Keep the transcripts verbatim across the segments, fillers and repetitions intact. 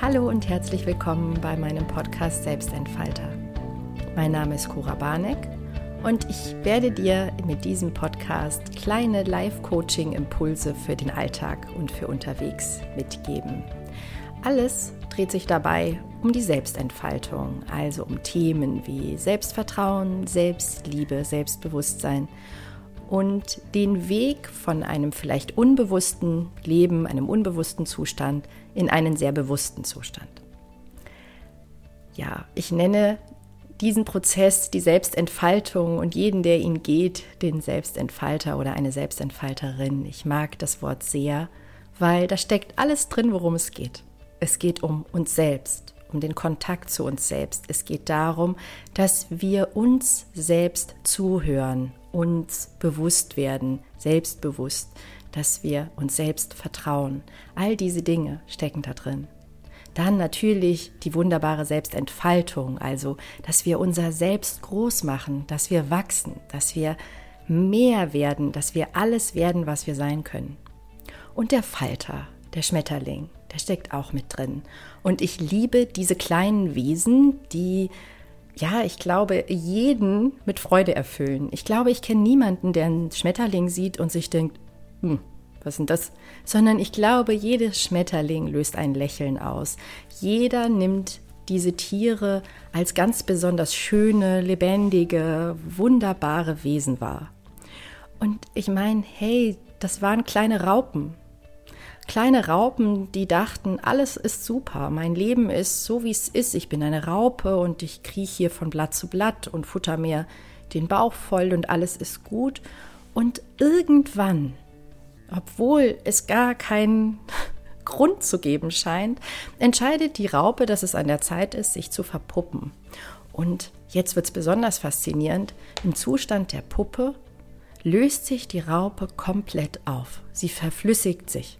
Hallo und herzlich willkommen bei meinem Podcast Selbstentfalter. Mein Name ist Cora Barneck und ich werde dir mit diesem Podcast kleine Live-Coaching-Impulse für den Alltag und für unterwegs mitgeben. Alles dreht sich dabei um die Selbstentfaltung, also um Themen wie Selbstvertrauen, Selbstliebe, Selbstbewusstsein und den Weg von einem vielleicht unbewussten Leben, einem unbewussten Zustand in einen sehr bewussten Zustand. Ja, ich nenne diesen Prozess die Selbstentfaltung und jeden, der ihn geht, den Selbstentfalter oder eine Selbstentfalterin. Ich mag das Wort sehr, weil da steckt alles drin, worum es geht. Es geht um uns selbst, um den Kontakt zu uns selbst. Es geht darum, dass wir uns selbst zuhören, uns bewusst werden, selbstbewusst, dass wir uns selbst vertrauen. All diese Dinge stecken da drin. Dann natürlich die wunderbare Selbstentfaltung, also dass wir unser Selbst groß machen, dass wir wachsen, dass wir mehr werden, dass wir alles werden, was wir sein können. Und der Falter, der Schmetterling, der steckt auch mit drin. Und ich liebe diese kleinen Wesen, die, ja, ich glaube, jeden mit Freude erfüllen. Ich glaube, ich kenne niemanden, der einen Schmetterling sieht und sich denkt, hm, was ist denn das? Sondern ich glaube, jedes Schmetterling löst ein Lächeln aus. Jeder nimmt diese Tiere als ganz besonders schöne, lebendige, wunderbare Wesen wahr. Und ich meine, hey, das waren kleine Raupen. Kleine Raupen, die dachten, alles ist super, mein Leben ist so, wie es ist. Ich bin eine Raupe und ich krieche hier von Blatt zu Blatt und futter mir den Bauch voll und alles ist gut. Und irgendwann, obwohl es gar keinen Grund zu geben scheint, entscheidet die Raupe, dass es an der Zeit ist, sich zu verpuppen. Und jetzt wird es besonders faszinierend, im Zustand der Puppe löst sich die Raupe komplett auf. Sie verflüssigt sich.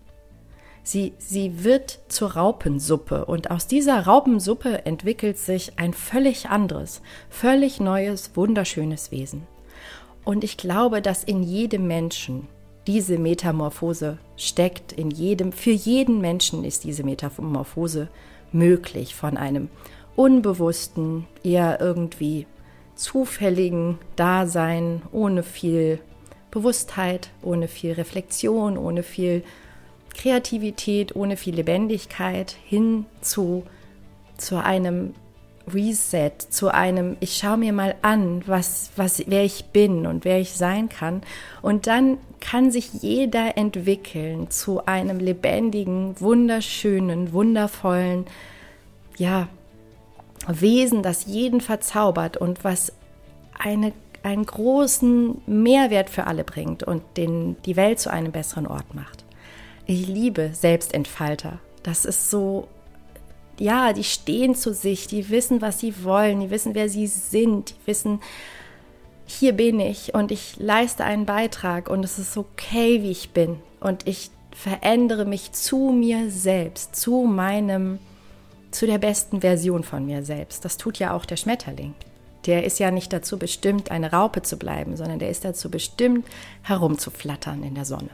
Sie, sie wird zur Raupensuppe und aus dieser Raupensuppe entwickelt sich ein völlig anderes, völlig neues, wunderschönes Wesen. Und ich glaube, dass in jedem Menschen diese Metamorphose steckt, in jedem, für jeden Menschen ist diese Metamorphose möglich, von einem unbewussten, eher irgendwie zufälligen Dasein, ohne viel Bewusstheit, ohne viel Reflexion, ohne viel Kreativität, ohne viel Lebendigkeit, hin zu, zu einem Reset, zu einem, ich schaue mir mal an, was, was, wer ich bin und wer ich sein kann. Und dann kann sich jeder entwickeln zu einem lebendigen, wunderschönen, wundervollen, ja, Wesen, das jeden verzaubert und was eine, einen großen Mehrwert für alle bringt und den, die Welt zu einem besseren Ort macht. Ich liebe Selbstentfalter. Das ist so, ja, die stehen zu sich, die wissen, was sie wollen, die wissen, wer sie sind, die wissen, hier bin ich und ich leiste einen Beitrag und es ist okay, wie ich bin und ich verändere mich zu mir selbst, zu meinem, zu der besten Version von mir selbst. Das tut ja auch der Schmetterling. Der ist ja nicht dazu bestimmt, eine Raupe zu bleiben, sondern der ist dazu bestimmt, herumzuflattern in der Sonne.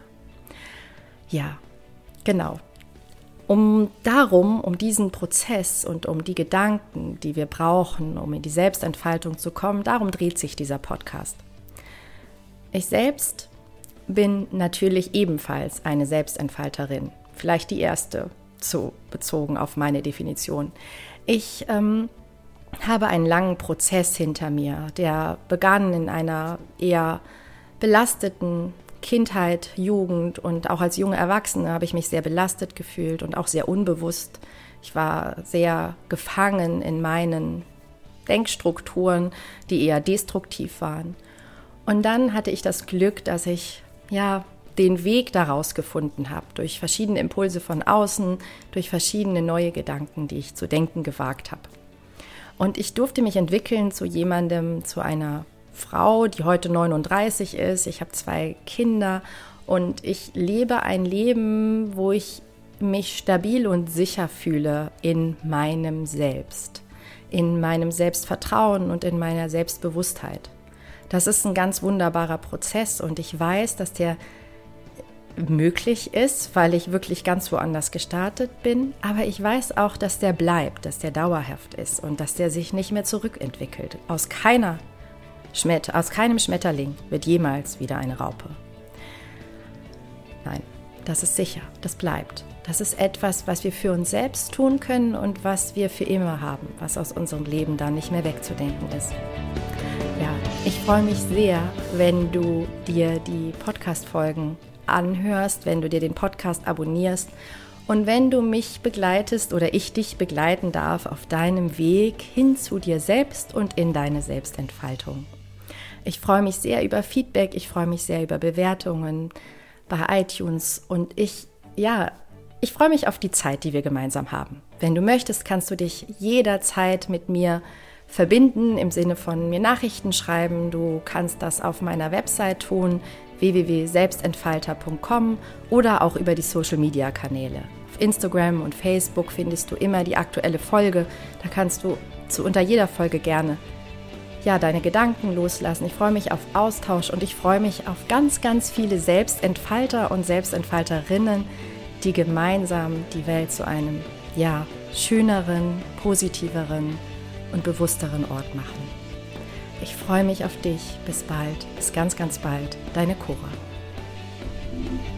Ja, genau. Um darum, um diesen Prozess und um die Gedanken, die wir brauchen, um in die Selbstentfaltung zu kommen, darum dreht sich dieser Podcast. Ich selbst bin natürlich ebenfalls eine Selbstentfalterin, vielleicht die erste, so bezogen auf meine Definition. Ich ähm, habe einen langen Prozess hinter mir, der begann in einer eher belasteten Kindheit, Jugend und auch als junge Erwachsene habe ich mich sehr belastet gefühlt und auch sehr unbewusst. Ich war sehr gefangen in meinen Denkstrukturen, die eher destruktiv waren. Und dann hatte ich das Glück, dass ich ja den Weg daraus gefunden habe, durch verschiedene Impulse von außen, durch verschiedene neue Gedanken, die ich zu denken gewagt habe. Und ich durfte mich entwickeln zu jemandem, zu einer Frau, die heute neununddreißig ist. Ich habe zwei Kinder und ich lebe ein Leben, wo ich mich stabil und sicher fühle in meinem Selbst, in meinem Selbstvertrauen und in meiner Selbstbewusstheit. Das ist ein ganz wunderbarer Prozess und ich weiß, dass der möglich ist, weil ich wirklich ganz woanders gestartet bin. Aber ich weiß auch, dass der bleibt, dass der dauerhaft ist und dass der sich nicht mehr zurückentwickelt. Aus keiner Schmet- aus keinem Schmetterling wird jemals wieder eine Raupe. Nein, das ist sicher, das bleibt. Das ist etwas, was wir für uns selbst tun können und was wir für immer haben, was aus unserem Leben dann nicht mehr wegzudenken ist. Ja, ich freue mich sehr, wenn du dir die Podcast-Folgen anhörst, wenn du dir den Podcast abonnierst und wenn du mich begleitest oder ich dich begleiten darf auf deinem Weg hin zu dir selbst und in deine Selbstentfaltung. Ich freue mich sehr über Feedback, ich freue mich sehr über Bewertungen bei iTunes und ich, ja, ich freue mich auf die Zeit, die wir gemeinsam haben. Wenn du möchtest, kannst du dich jederzeit mit mir verbinden, im Sinne von mir Nachrichten schreiben. Du kannst das auf meiner Website tun, w w w punkt selbstentfalter punkt com oder auch über die Social-Media-Kanäle. Auf Instagram und Facebook findest du immer die aktuelle Folge. Da kannst du zu unter jeder Folge gerne ja, deine Gedanken loslassen. Ich freue mich auf Austausch und ich freue mich auf ganz, ganz viele Selbstentfalter und Selbstentfalterinnen, die gemeinsam die Welt zu einem ja, schöneren, positiveren und bewussteren Ort machen. Ich freue mich auf dich. Bis bald. Bis ganz, ganz bald. Deine Cora.